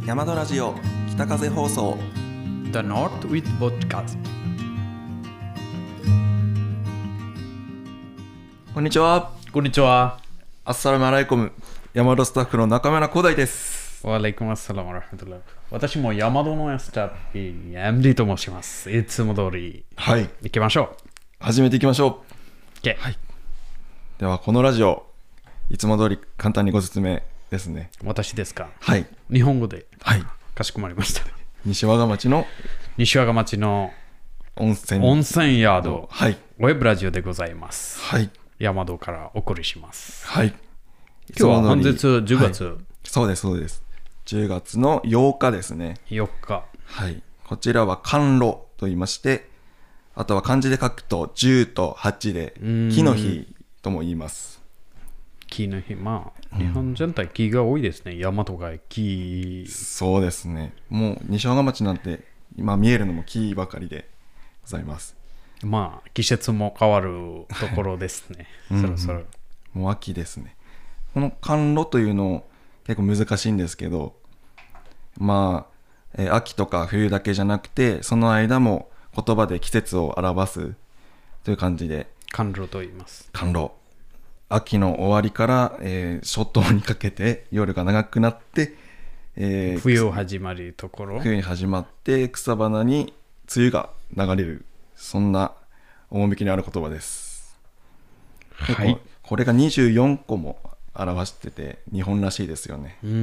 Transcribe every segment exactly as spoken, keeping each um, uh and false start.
山戸ラジオ北風放送 The North with Podcast。 こんにちは。 こんにちは。 アッサラムアライコム。山戸スタッフの中村光大です。 わアイコムアッサラムアラハマトゥラ。私も山戸のスタッフ エムディー と申します。いつも通りはい行きましょう。 始めていきましょう。 OK、 はい、ではこのラジオいつも通り簡単にご説明ですね。 私ですか。 はい、 日本語で、 はい、 かしこまりました。 西和賀町の西和賀町の温泉温泉宿、 はい、 ウェブラジオでございます。 はい、 山戸からお送りします。 はい、 今日は本日じゅうがつ、 はい、そうですそうです。じゅうがつのようかですね。 よっか。 はい、こちらは甘露と言いまして、あとは漢字で書くとじゅうとはちで木の日とも言います。 木の日、まあ日本全体木が多いですね、うん、山とか木。 そうですね。もう西和賀町なんて今見えるのも木ばかりでございます。 まあ季節も変わるところですね。そろそろ、 うん、もう秋ですね。この甘露というの結構難しいんですけど、まあ、えー、秋とか冬だけじゃなくてその間も言葉で季節を表すという感じで甘露と言います。 甘露、秋の終わりから、えー、初冬にかけて夜が長くなって、 えー、冬始まるところ、 冬に始まって草花に梅雨が流れる、そんな趣のある言葉です。はい、これがにじゅうよんこも表してて日本らしいですよね。 うーん、うん、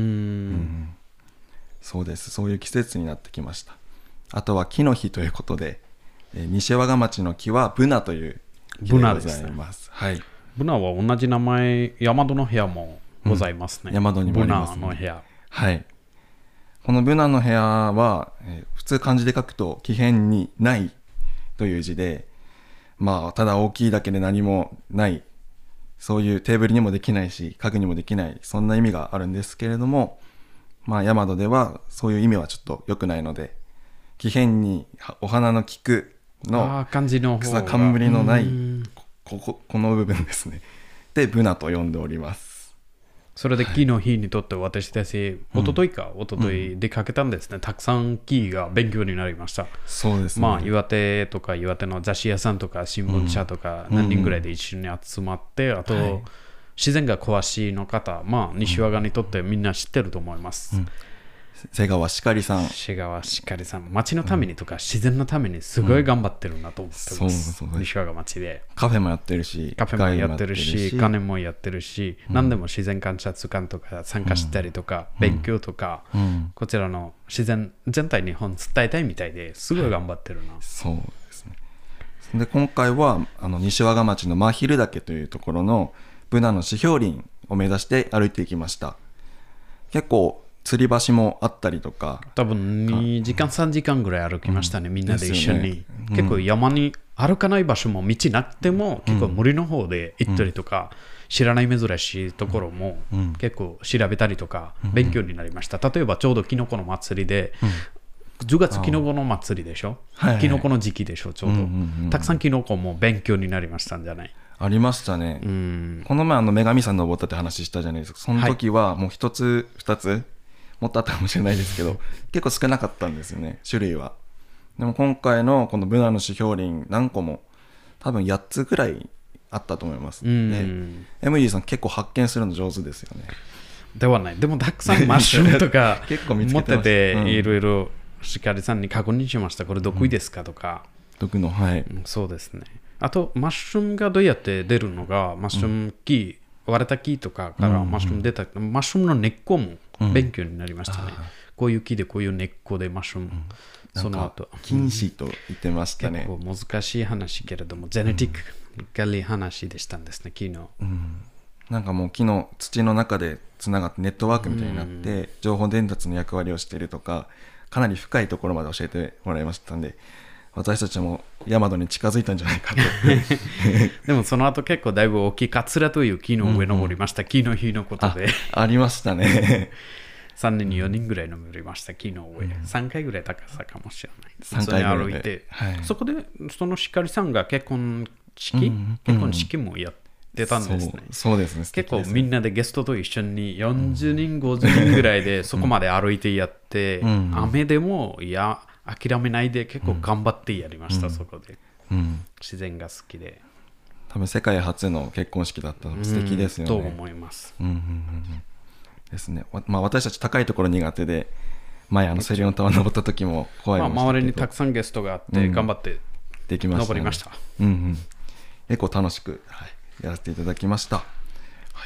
そうです。そういう季節になってきました。あとは木の日ということで、えー、西和賀町の木はブナという木でございます。ブナですね。はい。 ブナは同じ名前、山戸の部屋もございますね。 うん、山戸にもありますね。 ブナの部屋。 はい。このブナの部屋は、えー、普通漢字で書くと木偏にないという字で、まあただ大きいだけで何もない、そういうテーブルにもできないし家具にもできない、そんな意味があるんですけれども、まあ山戸ではそういう意味はちょっと良くないので、木偏にお花の菊の草冠のないここ、この部分ですね。でブナと呼んでおります。 それで木の日にとって私たち、はい、一昨日か、うん、一昨日出かけたんですね、うん、たくさん木が勉強になりました。 そうですね。 まあ岩手とか岩手の雑誌屋さんとか新聞社とか何人ぐらいで一緒に集まって、うん、あと、はい、自然が詳しいの方、まあ西和賀にとってみんな知ってると思います。うん、 瀬川しかりさん、 瀬川しかりさん、町のためにとか、うん、自然のためにすごい頑張ってるなと思ってます。うん、そうそう、西和賀町でカフェもやってるし、 カフェもやってるし、ガネもやってるし、うん、何でも自然観察館とか参加したりとか、うん、勉強とか、うん、こちらの自然全体に本伝えたいみたいですごい頑張ってるな。はい、 そうですね。で今回はあの西和賀町の真昼岳というところのブナの指標林を目指して歩いていきました。結構吊り橋もあったりとか、 多分にじかんさんじかんぐらい歩きましたね、うん、みんなで一緒に、ね、うん、結構山に歩かない場所も道なくても、うん、結構森の方で行ったりとか、うん、知らない珍しいところも結構調べたりとか、うん、勉強になりました。例えばちょうどキノコの祭りで、うん、じゅうがつキノコの祭りでしょ、はいはい、キノコの時期でしょちょうど、うんうんうん、たくさんキノコも勉強になりましたんじゃない？ ありましたね、うん、この前あの女神さん登ったって話したじゃないですか。その時はもう一つ二つもっとあったかもしれないですけど結構少なかったんですよね、種類は。でも今回のこのブナの指標林何個も多分やっつぐらいあったと思います。で エムディー さん結構発見するの上手ですよね。 ではない。でもたくさんマッシュルとか結構見つけて持ってて、うん、いろいろしかりさんに確認しました。これ毒ですかとか、 うん、毒の、はい、 うん、そうですね。あとマッシュルがどうやって出るのが、マッシュル木、うん、割れた木とかからマッシュル出た、うん、マッシュルの根っこも勉強になりましたね、うん、こういう木でこういう根っこでマッシュル、うん、その後菌糸と言ってましたね。 結構難しい話けれども、ゼネティックガリ話でしたんですね、木の、 うん、なんかもう木の土の中でつながってネットワークみたいになって、うん、情報伝達の役割をしているとか、かなり深いところまで教えてもらいましたんで、私たちも山戸に近づいたんじゃないかとでもその後結構だいぶ大きいカツラという木の上登りました、うんうん、木の日のことであ, ありましたねさんにんによにんぐらい登りました、木の上、うん、さんかいぐらい高さかもしれない。 さんかいぐらいで歩いて、はい、そこでそのしかりさんが結婚式、うんうん、結婚式も や, 出たんですね。 そう、そうですね。 結構みんなでゲストと一緒によんじゅうにん、ごじゅうにんぐらいでそこまで歩いてやって、うん、雨でもいや諦めないで結構頑張ってやりました、うん、そこで、うん、自然が好きで。 多分世界初の結婚式だったの素敵ですよね。 うん、と思います。 うんうんうん、ですね。まあ、私たち高いところ苦手で、前あのセリオンタワー登った時も怖いましたけど、まあ、 周りにたくさんゲストがあって頑張ってできましたね、 登りました。 うんうん、結構楽しく、はい、やらせていただきました。はい、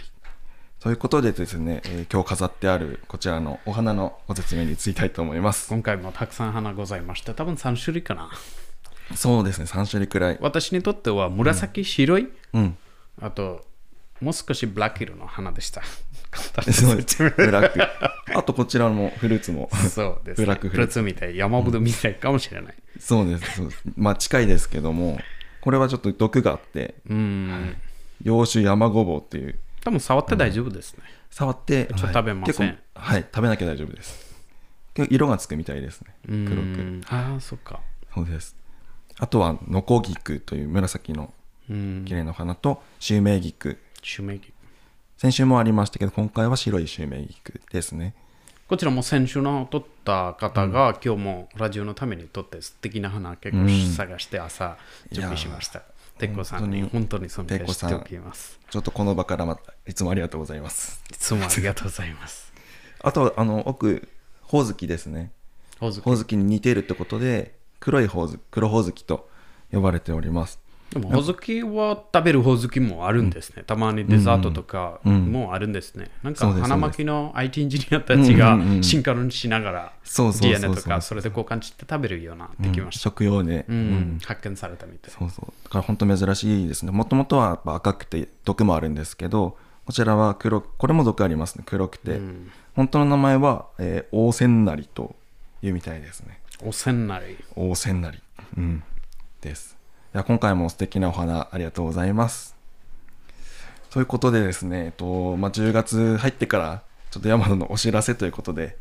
ということでですね、えー、今日飾ってあるこちらのお花のご説明についたいと思います。 今回もたくさん花ございました。多分さん種類かな。 そうですね、さん種類くらい。 私にとっては紫、白い、 うん、 あともう少しブラック色の花でした。 そうです。ブラック。あとこちらもフルーツも。 そうです、ね。 ブラックフルーツみたい、山ぶどうみたいかもしれない。 うん、そうです。そうです。まあ近いですけども、これはちょっと毒があって、 うん、はい、 洋酒山ごぼうっていう。 多分触って大丈夫ですね。うん、 触って、 ちょっと食べません、 はい。はい、食べなきゃ大丈夫です。結構色がつくみたいですね。黒く。 ああ、そっか。 そうです。あとはノコギクという紫の綺麗な花とシュウメイギク。 シュウメイギク。 先週もありましたけど、今回は白いシュウメイギクですね。 こちらも先週の撮った方が、うん、今日もラジオのために撮って素敵な花結構探して朝準備しました。てっこさんに本当に尊敬しておきます。 ちょっとこの場からまたいつもありがとうございます。 いつもありがとうございます。 あとあの奥ホオズキですね。ホオズキに似ているってことで黒いホオズ黒ホオズキと呼ばれております。 でもホオズキは食べるホオズキもあるんですね。たまにデザートとかもあるんですね。なんか花巻の アイティー エンジニアたちが進化論しながら ディーエヌエー とかそれで交換して食べるようなできました。 食用で、 うんうん、発見されたみたい。 そうそう。だから本当珍しいですね。もともとは赤くて毒もあるんですけど、こちらは黒、これも毒ありますね。黒くて、うん、本当の名前は、えー、オオセンナリというみたいですね。 オオセンナリ。 オオセンナリ、うん、です。いや今回も素敵なお花ありがとうございます。ということでですね、えっとまあ、じゅうがつ入ってからちょっと山野のお知らせということで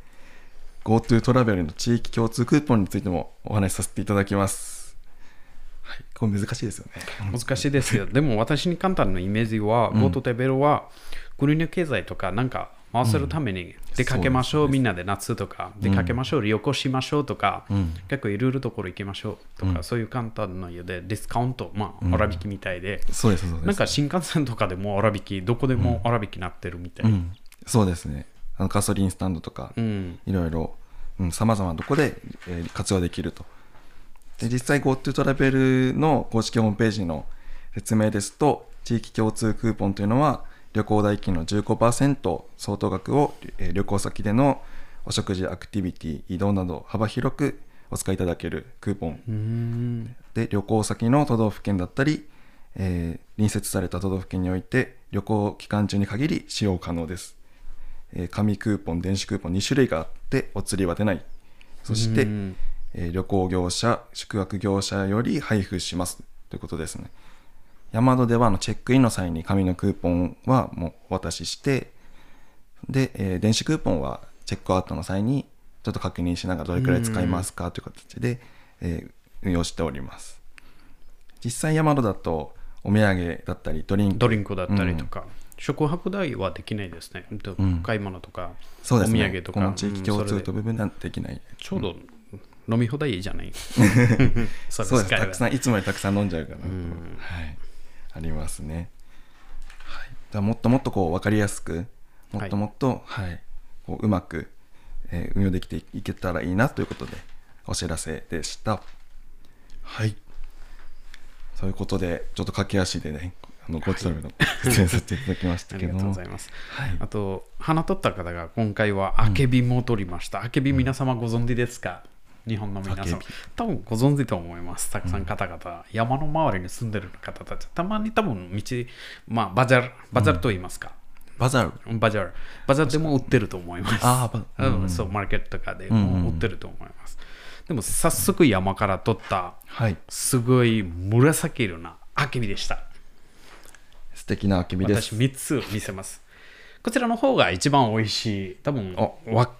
GoTo トラベルの地域共通クーポンについてもお話しさせていただきます。はい、これ難しいですよね。 難しいですよ。でも私に簡単なイメージは、うん、GoTo トラベルは国の経済とかなんか回せるために出かけましょう、うん、みんなで夏とか出かけましょう、うん、旅行しましょうとか、うん、結構いろいろところ行きましょうとか、うん、そういう簡単なのでディスカウント、まあ、粗引きみたいで、 うん、そうですそうです。 なんか新幹線とかでも粗引き、どこでも粗引きになってるみたい、 うんうん、そうですね。あのガソリンスタンドとか、うん、いろいろさまざまなとこで、えー、活用できると。で実際 GoTo トラベルの公式ホームページの説明ですと、地域共通クーポンというのは旅行代金の じゅうごパーセント 相当額を旅行先でのお食事、アクティビティ、移動など幅広くお使いいただけるクーポン。うーんで旅行先の都道府県だったり、えー、隣接された都道府県において旅行期間中に限り使用可能です。えー、紙クーポン、電子クーポンに種類があってお釣りは出ない。そして、えー、旅行業者、宿泊業者より配布しますということですね。ヤマドではあのチェックインの際に紙のクーポンはもうお渡しして、で、えー、電子クーポンはチェックアウトの際にちょっと確認しながらどれくらい使いますかという形で、えー、運用しております。実際ヤマドだとお土産だったりドリンク、 ドリンクだったりとか、うん、宿泊代はできないですね。うん、買い物とか、 そうですね、 お土産とか、 この地域共通と部分はできない。 ちょうど飲み放題じゃない。 そうです。たくさんいつもよりたくさん飲んじゃうかなと、うん、はい、ありますね。はい、だもっともっとこう分かりやすく、もっともっと、はいはい、こううまく、えー、運用できていけたらいいなということでお知らせでした。はい。ということでちょっと駆け足でね、あのごちそうの出演させていただきましたけども、 ありがとうございます。はい、あと花取った方が今回はアケビも取りました。うん、アケビ皆様ご存知ですか？日本の皆さん多分ご存知と思います。たくさん方々、うん、山の周りに住んでる方たち、たまに多分道、まあ、バザルバザルと言いますか、 うん、バザルバザルバザルでも売ってると思います。 ああ、 うん、そうマーケットとかでも売ってると思います。うんうん、でも早速山から取ったすごい紫色なアケビでした。 素敵なアケビです。 私みっつ見せます。こちらの方が一番美味しい。多分わ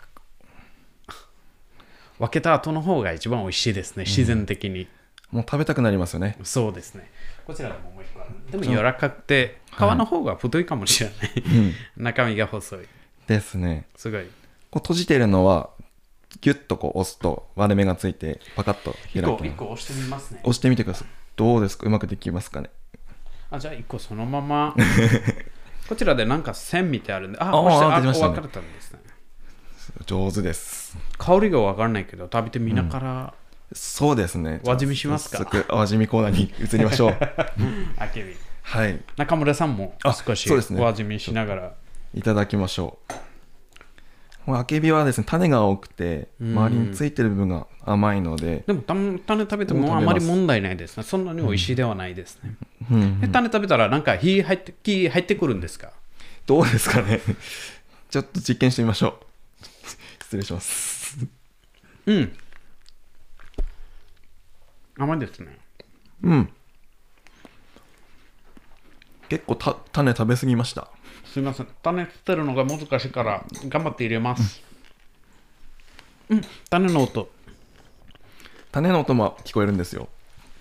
分けた後の方が一番美味しいですね、自然的に。 うん、もう食べたくなりますよね。 そうですね。こちらでももう一個あでも柔らかくて、皮の方が太いかもしれない。うん、中身が細い。 ですね。 すごい。 こう閉じてるのは、ギュッとこう押すと割れ目がついて、パカッと開く。 いっこ押してみますね。 押してみてください。どうですか？うまくできますかね？ あ、じゃあいっこそのまま。こちらでなんか線見てあるんで、あ、 あ押して、 あ、 分かれたんですね。 上手です。 香りが分からないけど、食べてみながら、うん、 そうですね。 お味見しますか？ 早速、お味見コーナーに移りましょう。 あけび。 はい。 中村さんも少しお味見しながら、ね、 いただきましょう。このあけびはですね、種が多くて、周りについてる部分が甘いので。 でも、種食べてもあまり問題ないですね。そんなに美味しいではないですね。うんうんうん、種食べたら、なんか火入って、火入ってくるんですか？ どうですかね。ちょっと実験してみましょう。失礼します。 うん。甘いですね。 うん。結構た種食べ過ぎました。 すみません。種捨てるのが難しいから頑張って入れます。うん。うん、種の音。 種の音も聞こえるんですよ。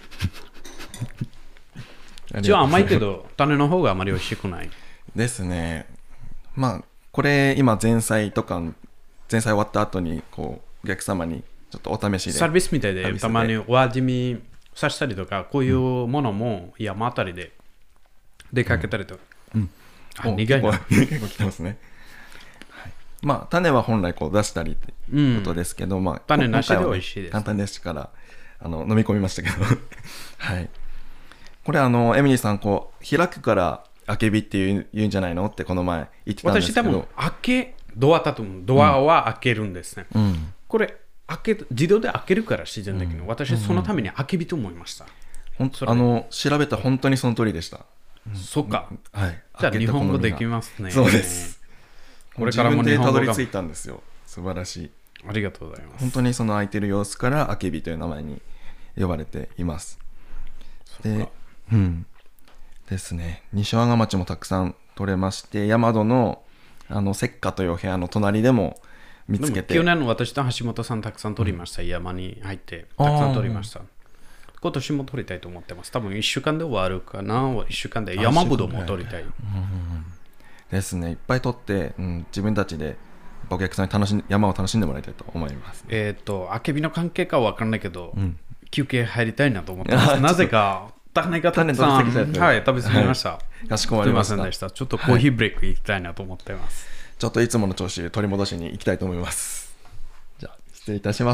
一応甘いけど種の方があまり美味しくない。 ですね。まあこれ今前菜とか前菜終わった後にこうお客様にちょっとお試しでサービスみたいでたまにお味見させたりとかこういうものも山あたりで出かけたりとか、うんうん、あ苦いな結構来てますね、はい、まあ種は本来こう出したりってことですけど、うん、まあ種なしで美味しいです、ね、 簡単ですからあの飲み込みましたけどはいこれあのエミリーさんこう開くからあけびって言う、言うんじゃないのってこの前言ってたんですけど私多分開けドアだと思うドアは開けるんですね、うん、これ開け自動で開けるから自然的に、うん、私そのために開けびと思いました、 うん、あの調べたら本当にその通りでした、 うん、そっか、 はい、 じゃあ日本語できますね。 そうです。これからも日本語が自分でたどり着いたんですよ。素晴らしい。 ありがとうございます。 本当にその開いてる様子からあけびという名前に呼ばれています。で、うん、ですね。西和賀町もたくさん取れまして、大和のあの石化という部屋の隣でも見つけて。 去年の私と橋本さんたくさん取りました。うん、山に入ってたくさん取りました。今年も取りたいと思ってます。多分いっしゅうかんで終わるかな。いっしゅうかんで山ぶどうも取りたい。うんうん、 ですね。いっぱい取って、うん、自分たちでお客さんに楽しん山を楽しんでもらいたいと思います、ね。 えっ、ー、と、あけびの関係かは分からないけど、うん、休憩入りたいなと思ってます。なぜか、種がたくさん、はい、食べ過ぎました。はい、 かしこまりました。 すみませんでした。ちょっとコーヒーブレイク行きたいなと思ってます。 はい、ちょっといつもの調子取り戻しに行きたいと思います。じゃあ、失礼いたします。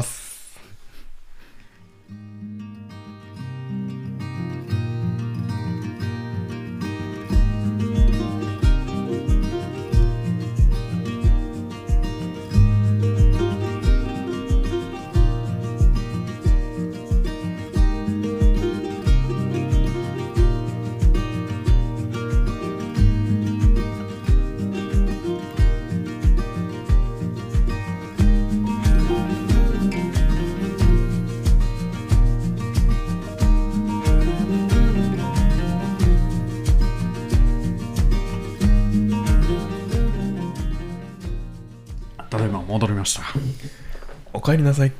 戻りました。 お帰りなさい。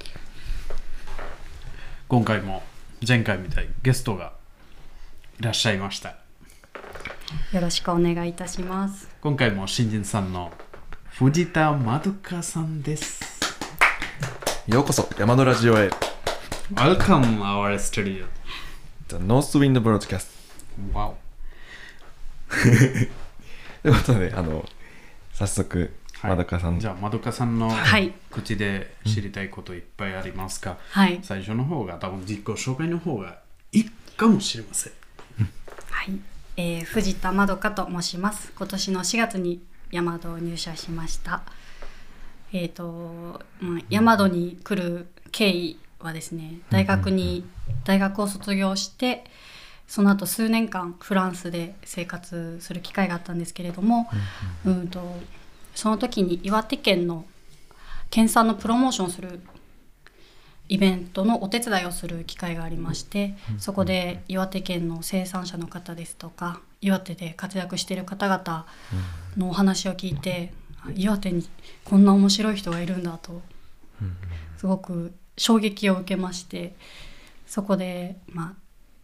今回も前回みたいゲストがいらっしゃいました。 よろしくお願いいたします。 今回も新人さんの藤田まどかさんです。 ようこそ山のラジオへ。 Welcome our studio The North Wind Broadcast。 Wow ということであの早速まどかさん、 じゃあまどかさんの口で知りたいこといっぱいありますか、 はい、 最初の方が多分自己紹介の方がいいかもしれません。 はい、えー、藤田まどかと申します。今年のしがつに山戸を入社しました。えーと、うん、山戸に来る経緯はですね、大学に大学を卒業してその後数年間フランスで生活する機会があったんですけれども、うんとその時に岩手県の県産のプロモーションするイベントのお手伝いをする機会がありまして、そこで岩手県の生産者の方ですとか岩手で活躍している方々のお話を聞いて、岩手にこんな面白い人がいるんだとすごく衝撃を受けまして、そこで、まあ、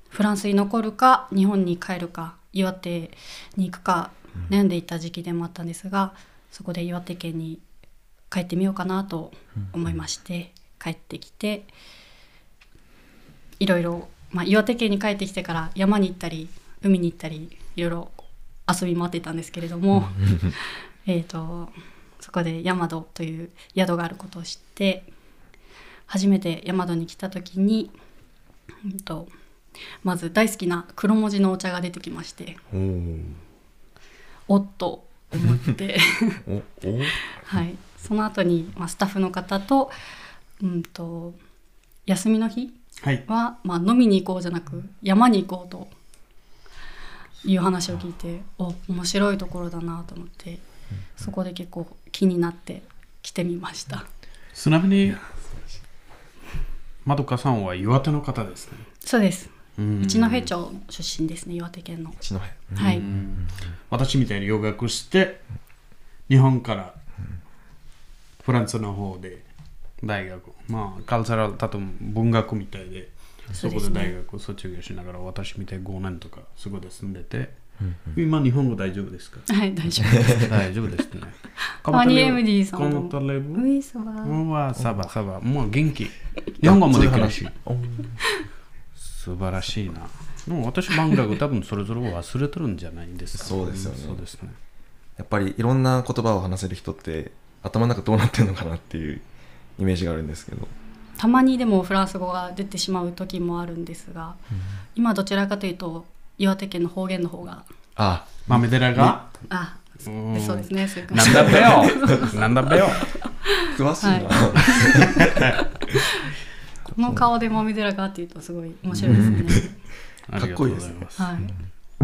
フランスに残るか日本に帰るか岩手に行くか悩んでいた時期でもあったんですが、そこで岩手県に帰ってみようかなと思いまして、帰ってきていろいろ、まあ、岩手県に帰ってきてから山に行ったり海に行ったりいろいろ遊び回っていたんですけれどもえーとそこで山戸という宿があることを知って、初めて山戸に来た時に、うんとまず大好きな黒文字のお茶が出てきまして、おっと思っておおはい、その後に、まあ、スタッフの方と、うんと休みの日はいは、まあ、飲みに行こうじゃなく山に行こうという話を聞いて、お面白いところだなと思って、そこで結構気になって来てみました。 ちなみにまどかさんは岩手の方ですね。 そうです。 うん一戸町出身ですね、岩手県の。 一戸はい。 私みたいに留学して日本からフランスの方で大学、まあカルチャラル多分文学みたいで、そこで大学を卒業しながら、私みたいにごねんとかそこで住んでて、今日本語大丈夫ですか？ はい大丈夫です。 大丈夫ですね。 カニエムディさんコもントレブウイサバうわサバサバもう元気。日本語もできるし素晴らしいな。もう私漫画多分それぞれ忘れてるんじゃないですか。 そうですよね。 そうですね。 やっぱりいろんな言葉を話せる人って頭の中どうなってるのかなっていうイメージがあるんですけど、 たまにでもフランス語が出てしまう時もあるんですが、うん、今どちらかというと岩手県の方言の方が、 あ豆寺があそうですね、そういうなんだべよなんだべよ詳しいな、 はい、この顔で豆寺がっていうとすごい面白いですねかっこいいですね。 はい、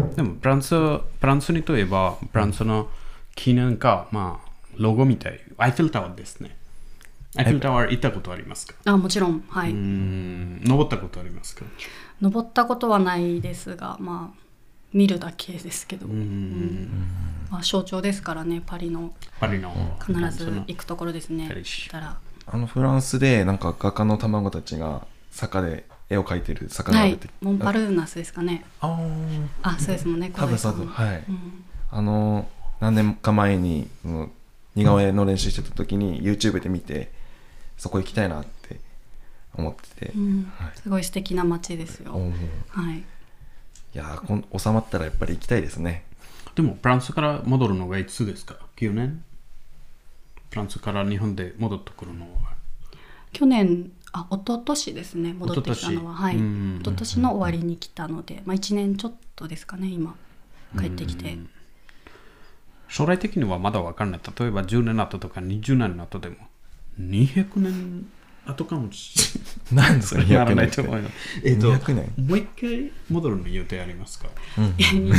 でもフランスフランスにといえばフランスの記念か、まあロゴみたいアイフェルタワーですね。アイフェルタワー行ったことありますか？ あ、もちろん、はい。 うーん登ったことありますか？ 登ったことはないですが、まあ見るだけですけど、うんうんまあ、象徴ですからね、パリのパリの必ず行くところですね。たらあのフランスでなんか画家の卵たちが坂で絵を描いてる坂が出て、 はい、モンパルーナスですかね。 ああ、そうですもんね。 多分そうですはい、 うん、 あの何年か前にその似顔絵の練習してた時に YouTube で見てそこ行きたいなって思ってて、 うんはい、 すごい素敵な街ですよ。はい。 いやこん収まったらやっぱり行きたいですね。 でもフランスから戻るのがいつですか？きゅうねん？フランスから日本で戻ってくるのは去年、あ、一昨年ですね。戻ってきたのは、はい、一昨年の終わりに来たので、まあ、いちねんちょっとですかね、今帰ってきて。 将来的にはまだ分からない。例えばじゅうねん後とかにじゅうねん後でもにひゃくねん後かもしれない。何ですかにひゃくねんって。 えっと、 にひゃくねんもう一回戻るの予定ありますか？ うん、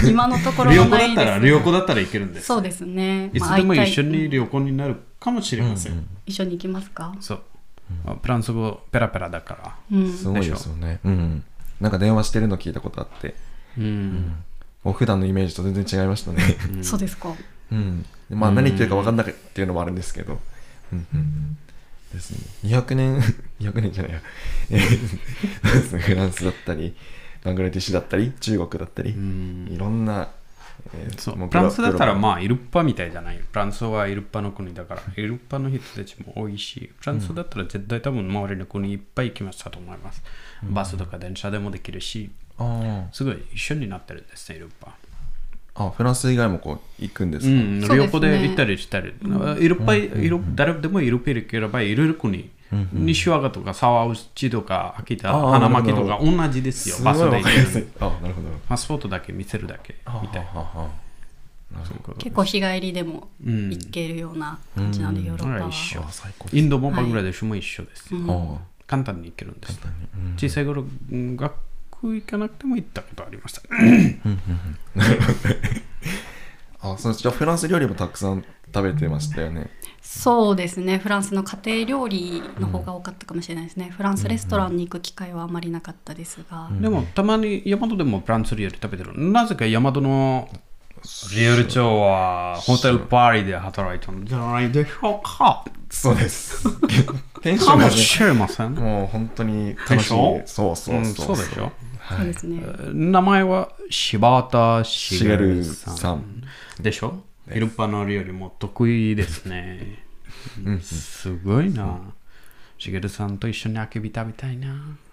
今のところはないです、ね。 旅行だったら旅行だったら行けるんです。 そうですね。 いつでも一緒に旅行になるかもしれません。うんうん、 一緒に行きますか？ そう。うん、フランス語ペラペラだから。 うん、 すごいですよね。うん。なんか電話してるの聞いたことあって。うん。うん、もう普段のイメージと全然違いましたね。 うん、そうですか。 うん。まあ何言ってるか分かんないっていうのもあるんですけど。うんうん。ですね。にひゃくねんにひゃくねんじゃないや。えー、フランスだったりバングラデシュだったり中国だったり、うん、いろんな、 えー、そうフランスだったらまあイルッパみたいじゃない。フランスはイルッパの国だからイルッパの人たちも多いし、フランスだったら絶対多分周りの国いっぱい行きましたと思います、うん、バスとか電車でもできるし、あすごい一緒になってるんですねイルッパ。 あ、フランス以外もこう行くんですか？ うん、旅行で行ったりしたり、うん、いろいろ誰でもいろいろ行ければいろいろ国、うん、西和賀とか沢内とか秋田花巻とか同じですよ。バスで行ける。 あ、なるほど。 パスポートだけ見せるだけみたいな。 結構日帰りでも行けるような感じなので、うん、ヨーロッパは、 うん、一緒。インドもバングラデシュも一緒ですよ、はい、簡単に行けるんです。うん、小さい頃学行かなくても行ったことありました。 あ、そうじゃあフランス料理もたくさん食べてましたよね。 そうですね。フランスの家庭料理の方が多かったかもしれないですね。うん、フランスレストランに行く機会はあまりなかったですが、うん、 でもたまに大和でもフランス料理食べてる。なぜか大和の料理長はホテルパリで働いたんじゃないでしょうか。 そうです。 テンションがね、かもしれません。 もう本当に楽しい。そうそうそう、 うん、そうでしょ。 そうですね。 名前は柴田しげるさんさんでしょ。イルパの料理も得意ですね。すごいな。しげるさんと一緒にあけび食べたいな。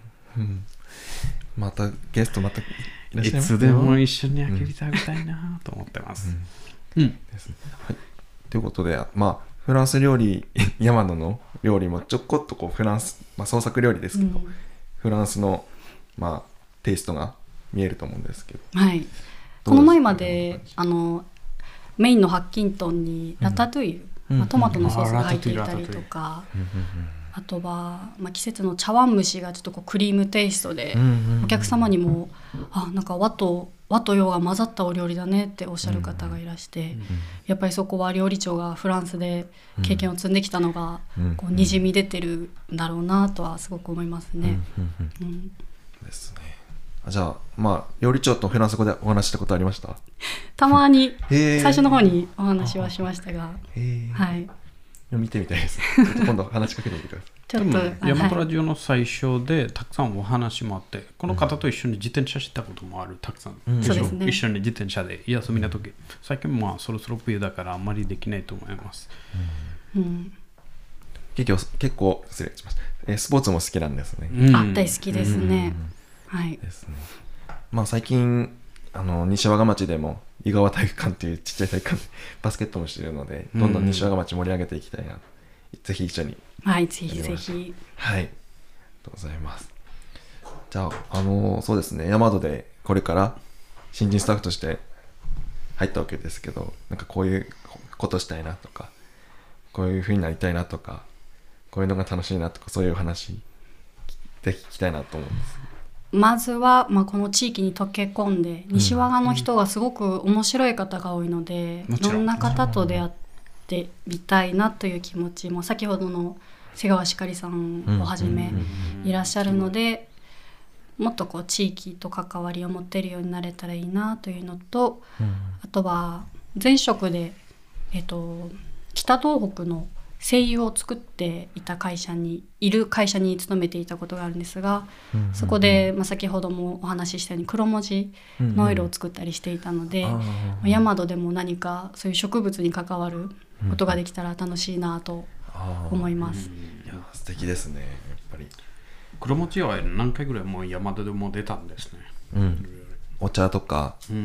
またゲストまたいらっしゃいますよ。 いつでも一緒にあけび食べたいなと思ってます。うんですね。はい。ということで、まあフランス料理、山野の料理もちょこっとこうフランス、まあ創作料理ですけど、うん、フランスのまあテイストが見えると思うんですけど。 はい。この前まであのメインのハッキントンにラタトゥイユ、うんまあ、トマトのソースが入っていたりとか、あとは、まあ、季節の茶碗蒸しがちょっとこうクリームテイストで、お客様にもあなんか和と和と洋が混ざったお料理だねっておっしゃる方がいらして、やっぱりそこは料理長がフランスで経験を積んできたのがこうにじみ出てるんだろうなとはすごく思いますね。うんですね。じゃあまあ料理長とフランス語でお話したことありました？ たまに最初の方にお話はしましたが、はい。 見てみたいです。ちょっと今度話しかけてみてください。 ちょっとヤマトラジオの最初でたくさんお話もあって、この方と一緒に自転車したこともあるたくさん、うん、 そうですね、 一緒に自転車で休みの時、最近まあそろそろ冬だからあんまりできないと思います。 うん、 結構結構失礼しました。えスポーツも好きなんですね。 うん、あ大好きですね。うん、はい。 ですね。まあ最近あの西和賀町でも井川体育館っていうちっちゃい体育館でバスケットもしているので、どんどん西和賀町盛り上げていきたいな、うん、ぜひ一緒にはいぜひぜひはいありがとうございます。じゃああのそうですね、大和でこれから新人スタッフとして入ったわけですけど、なんかこういうことしたいなとか、こういう風になりたいなとか、こういうのが楽しいなとか、そういう話ぜひ聞きたいなと思うんです。 まずは、まあ、この地域に溶け込んで、西和賀の人がすごく面白い方が多いので、うん、いろんな方と出会ってみたいなという気持ちも、先ほどの瀬川しかりさんをはじめいらっしゃるので、もっとこう地域と関わりを持てるようになれたらいいなというのと、うん、あとは前職で、えっと、北東北の声優を作っていた会社にいる会社に勤めていたことがあるんですが、うんうんうん、そこで、まあ、先ほどもお話ししたように黒文字のオイルを作ったりしていたので、うんうん、ヤマドでも何かそういう植物に関わることができたら楽しいなと思います。 うん、いや素敵ですね。やっぱり黒文字は何回ぐらいもうヤマドでも出たんですね。 うん、お茶とか、うん、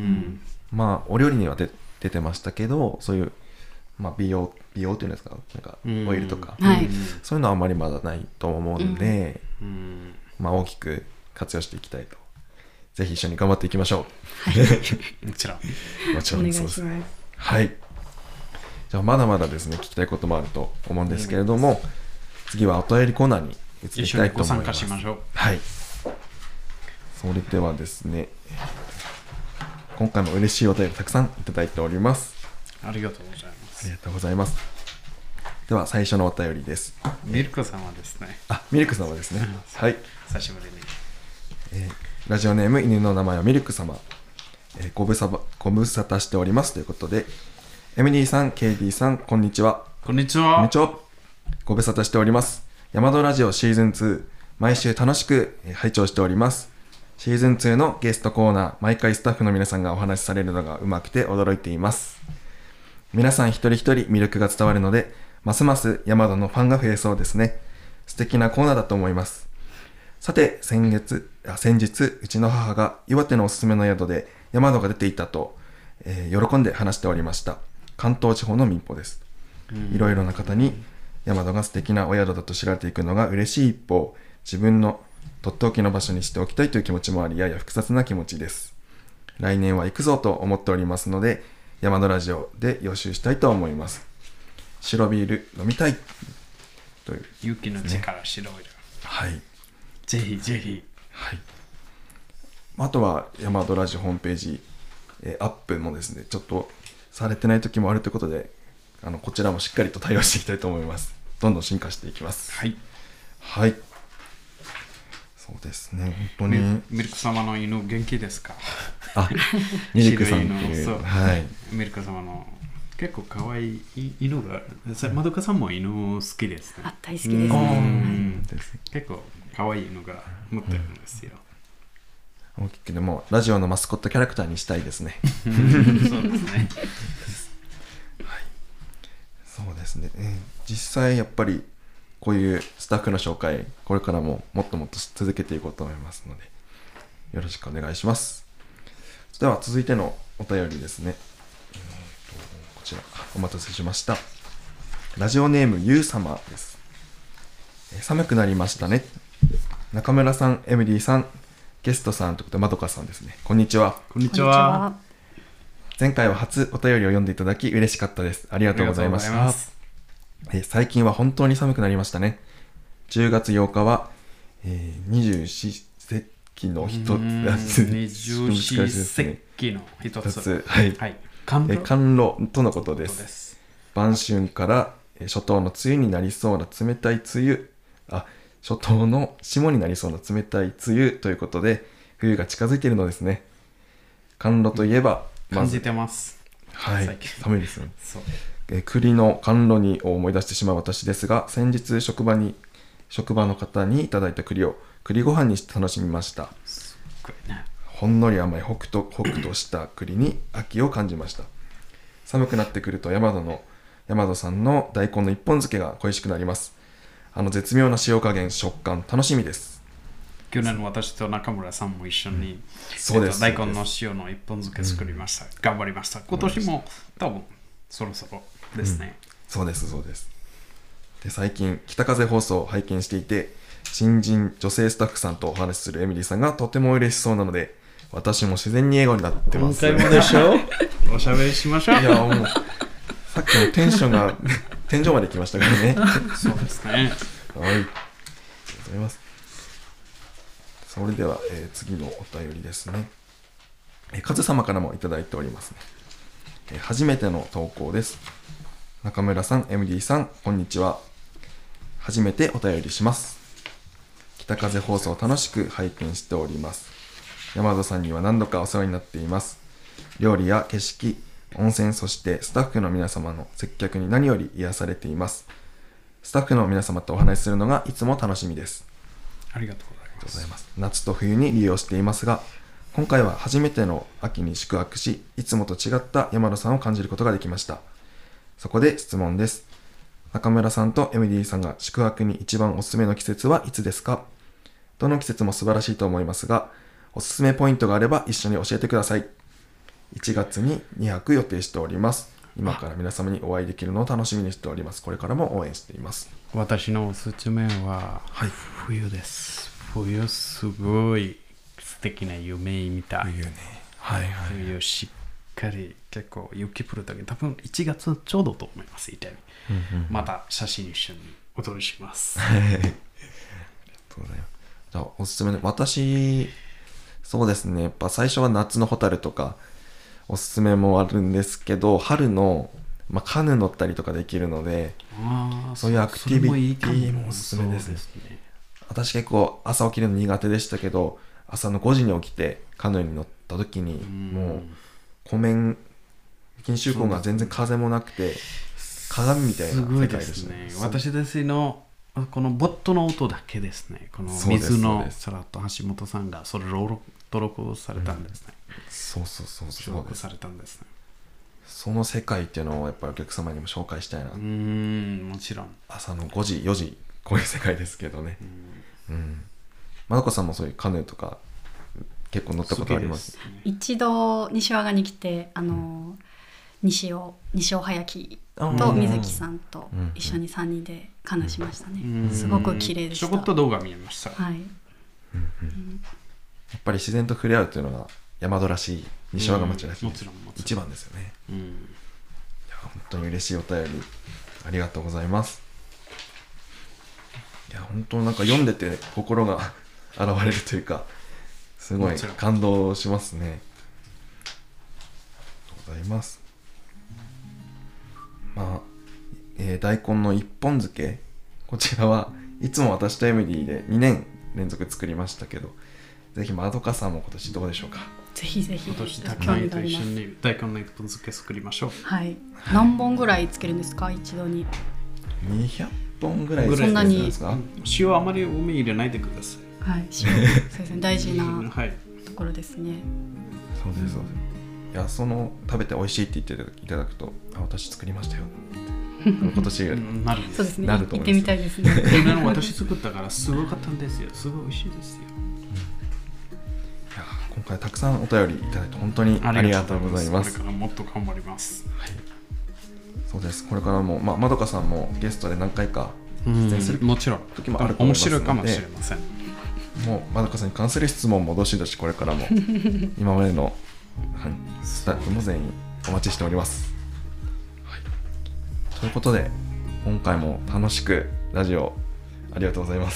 まあお料理には出てましたけど、そういうまあ、美容美容っていうんですか、なんかオイルとか、 うんはい、 そういうのはあんまりまだないと思うので、 うん、 まあ、大きく活用していきたいと、ぜひ一緒に頑張っていきましょう。はい、もちろんもちろんそうですね。はい。じゃあまだまだですね聞きたいこともあると思うんですけれども、うん、次はお便りコーナーに移っていきたいと思います。 一緒にご参加しましょう。 はい。それではですね、今回も嬉しいお便りたくさんいただいております。 ありがとうございます。 ありがとうございます。では最初のお便りです。 ミルク様ですね。 あ、ミルク様ですね。はい。 久しぶりに。 えー、ラジオネーム犬の名前はミルク様。えー、ご無沙汰ご無沙汰しておりますということで、エムディー さん、ケーディー さん、こんにちは。 こんにちは。 こんにちは。ご無沙汰しております。ヤマドラジオシーズンツー、毎週楽しく拝聴しております。シーズンツーのゲストコーナー、毎回スタッフの皆さんがお話しされるのがうまくて驚いています。皆さん一人一人魅力が伝わるので、ますますヤマドのファンが増えそうですね。素敵なコーナーだと思います。さて、先月、あ先日、うちの母が岩手のおすすめの宿でヤマドが出ていたと、えー、喜んで話しておりました。関東地方の民放です。いろいろな方にヤマドが素敵なお宿だと知られていくのが嬉しい一方、自分のとっておきの場所にしておきたいという気持ちもあり、やや複雑な気持ちです。来年は行くぞと思っておりますので、ヤマドラジオで予習したいと思います。白ビール飲みたいという、ね、 勇気の力白ビール。 はい。 ぜひぜひ。 はい。あとはヤマドラジオホームページ、えー、アップもですね、ちょっとされてない時もあるということで、あのこちらもしっかりと対応していきたいと思います。どんどん進化していきます。 はい。 はい。そうですね。本当にミルク様の犬元気ですか？ あ、ミルクさんっていう、はい、 ミルク様の結構可愛い犬が、まどかさんも犬好きですね。 あ、大好きですね。 うん、結構可愛い犬が持ってるんですよ。 大きくでもラジオのマスコットキャラクターにしたいですね。 そうですね。 そうですね、えー実際やっぱりこういうスタッフの紹介これからももっともっと続けていこうと思いますのでよろしくお願いします。では続いてのお便りですね、えーとこちらお待たせしました。ラジオネームゆう様です。えー寒くなりましたね。中村さん、エミリーさん、ゲストさんということでまどかさんですね。こんにちは。 こんにちは。 前回は初お便りを読んでいただき嬉しかったです。ありがとうございました。 ありがとうございます。 え最近は本当に寒くなりましたね。じゅうがつようかは、えー、二十四節気の一つ、 二十四節気の一つ。 つはい。 はい。 寒露、寒露とのことでそうです。 す。晩春からえー初冬の梅雨になりそうな冷たい梅雨、あ、初冬の霜になりそうな冷たい梅雨ということで、冬が近づいているのですね。寒露といえば、 感じてます。 はい最近、 寒いですよね。 そう。 えー栗の甘露煮を思い出してしまう私ですが、先日職場に職場の方にいただいた栗を栗ご飯にして楽しみました。 すっごいね。 ほんのり甘いホクとホクとした栗に秋を感じました。寒くなってくると山戸の山戸さんの大根の一本漬けが恋しくなります。あの絶妙な塩加減、食感楽しみです。 去年私と中村さんも一緒に、 そうですえっと大根の塩の一本漬け作りました。頑張りました。今年も多分そろそろですね。 そうですそうです。で最近北風放送を拝見していて、新人女性スタッフさんとお話しするエミリーさんがとても嬉しそうなので、私も自然に笑顔になってます。 今回もでしょおしゃべりしましょう。 いやもうさっきのテンションが天井まで来ましたからね。 そうですね。 はい、ありがとうございます。それでは、えー次のお便りですね。えー、カズ様からもいただいておりますね。えー初めての投稿です。中村さん、エムディー さん、こんにちは。初めてお便りします。北風放送を楽しく拝見しております。山戸さんには何度かお世話になっています。料理や景色、温泉、そしてスタッフの皆様の接客に何より癒されています。スタッフの皆様とお話しするのがいつも楽しみです。 ありがとうございます。 夏と冬に利用していますが、今回は初めての秋に宿泊し、いつもと違った山田さんを感じることができました。そこで質問です。中村さんとエミリーさんが宿泊に一番おすすめの季節はいつですか？どの季節も素晴らしいと思いますが、おすすめポイントがあれば一緒に教えてください。いちがつににはく予定しております。今から皆様にお会いできるのを楽しみにしております。これからも応援しています。 私のおすすめははい冬です。冬すごい素敵な夢見た。 冬ね。はいはい。 冬しっかり結構雪降るとき、多分いちがつちょうどと思います。イタリアに。 うんうん、 また写真一緒にお届けします。 ありがとうございます。じゃあおすすめで、私、そうですね、やっぱ最初は夏のホタルとかおすすめもあるんですけど、春の、まあ、カヌー乗ったりとかできるので、 あそういうアクティビティそれもいいかももおすすめですね。 そうですね。 私結構朝起きるの苦手でしたけど、朝のごじに起きてカヌーに乗った時に、もう湖面、近周光が全然風もなくて、鏡みたいな世界でしたね。 すごいですね。私たちのこのボットの音だけですね。この水のさらっと橋本さんがそれを登録されたんですね。 そうそうそうそう。 登録されたんですね。 その世界っていうのをやっぱりお客様にも紹介したいな。 うーん、もちろん。 朝のごじ、よじ、こういう世界ですけどね。うん。うん、まどかさんもそういうカヌーとか結構乗ったことあります？ 一度西和賀に来て、あの、うん、西尾西尾早樹と水木さんと一緒にさんにんでカヌーしましたね。うん、すごく綺麗でした。 ちょこっと動画見えました。 はい。 うんうん、やっぱり自然と触れ合うというのが山戸らしい、西和賀町らしい、うん、 もちろんもちろん一番ですよね。 うん、いや本当に嬉しいお便りありがとうございます。いや本当なんか読んでて心が現れるというか、すごい感動しますね。ありがとうございます。まあ、えー、大根の一本漬け、こちらはいつも私とエミリーでにねん連続作りましたけど、ぜひまどかさんも今年どうでしょうか？ ぜひぜひ。 今年高いと一緒に大根の一本漬け作りましょう。 はい。何本ぐらいつけるんですか、一度に？ にひゃっぽんぐらいそんなにですか？ 塩あまり多め入れないでください。 はい。塩そうですね、大事な。 はい。 ところですね。 そうですそうです。いや、その食べて美味しいって言っていただくと、あ、私作りましたよって今年うんなるんです。 そうですね。 なると思います。 行ってみたいですね。 これの私作ったからすごかったんですよ。すごい美味しいですよ。 いや、今回たくさんお便りいただいて本当にありがとうございます。 これからもっと頑張ります。 はい、そうです。これからも、まあ、まどかさんもゲストで何回か出演するもちろん時もあると思いますので、 面白いかもしれません。 もうまどかさんに関する質問もどしどしこれからも今までの、はい、スタッフも全員お待ちしております。はい、ということで今回も楽しくラジオありがとうございます。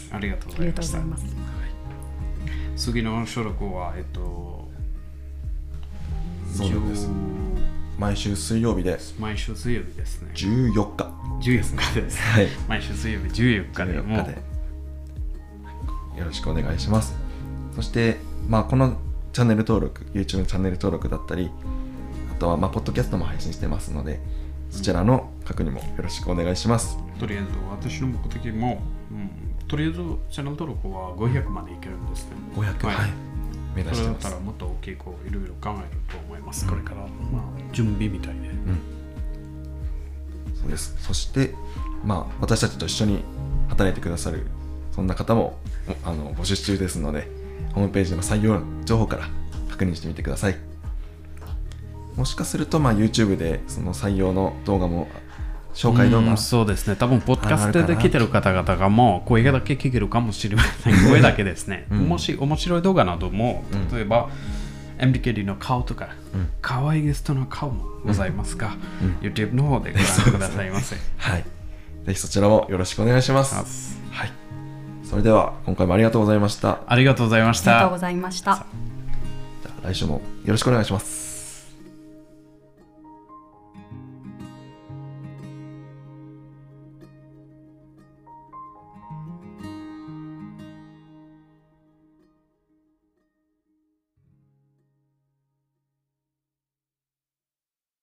ありがとうごありがざいました。 とうございます。 次の収録はえっとそうなんです。毎週水曜日で毎週水曜日ですね。 じゅうよっかじゅうよっかです。 はい、 毎週水曜日じゅうよっかでもうでよろしくお願いします。そして、まあ、このチャンネル登録 YouTube チャンネル登録だったり、あとはまあポッドキャストも配信してますので、そちらの確認もよろしくお願いします。 とりあえず私の目的も、うん、とりあえずチャンネル登録はごひゃくまでいけるんですね。 ごひゃく、 はいはい、目指それだしてます。 ったらもっと大きいこういろいろ考えると思います。 うんこれから、まあ、準備みたいで。 うん、そうです。そして、まあ、私たちと一緒に働いてくださるそんな方もあの募集中ですので、ホームページの採用情報から確認してみてください。もしかすると、まあ、YouTube でその採用の動画も紹介動画、 うん、そうですね。多分ポッドキャストで来てる方々がもう声だけ聞けるかもしれません。声だけですね。 うん、 もし面白い動画なども、 うん、 例えばエムディーケーディー の顔とか、 うん、 可愛いゲストの顔もございますが、 うん、 YouTube の方でご覧くださいませ。 はい。ぜひそちらもよろしくお願いします。はい。それでは今回もありがとうございました。 ありがとうございました。 ありがとうございました。 じゃあ来週もよろしくお願いします。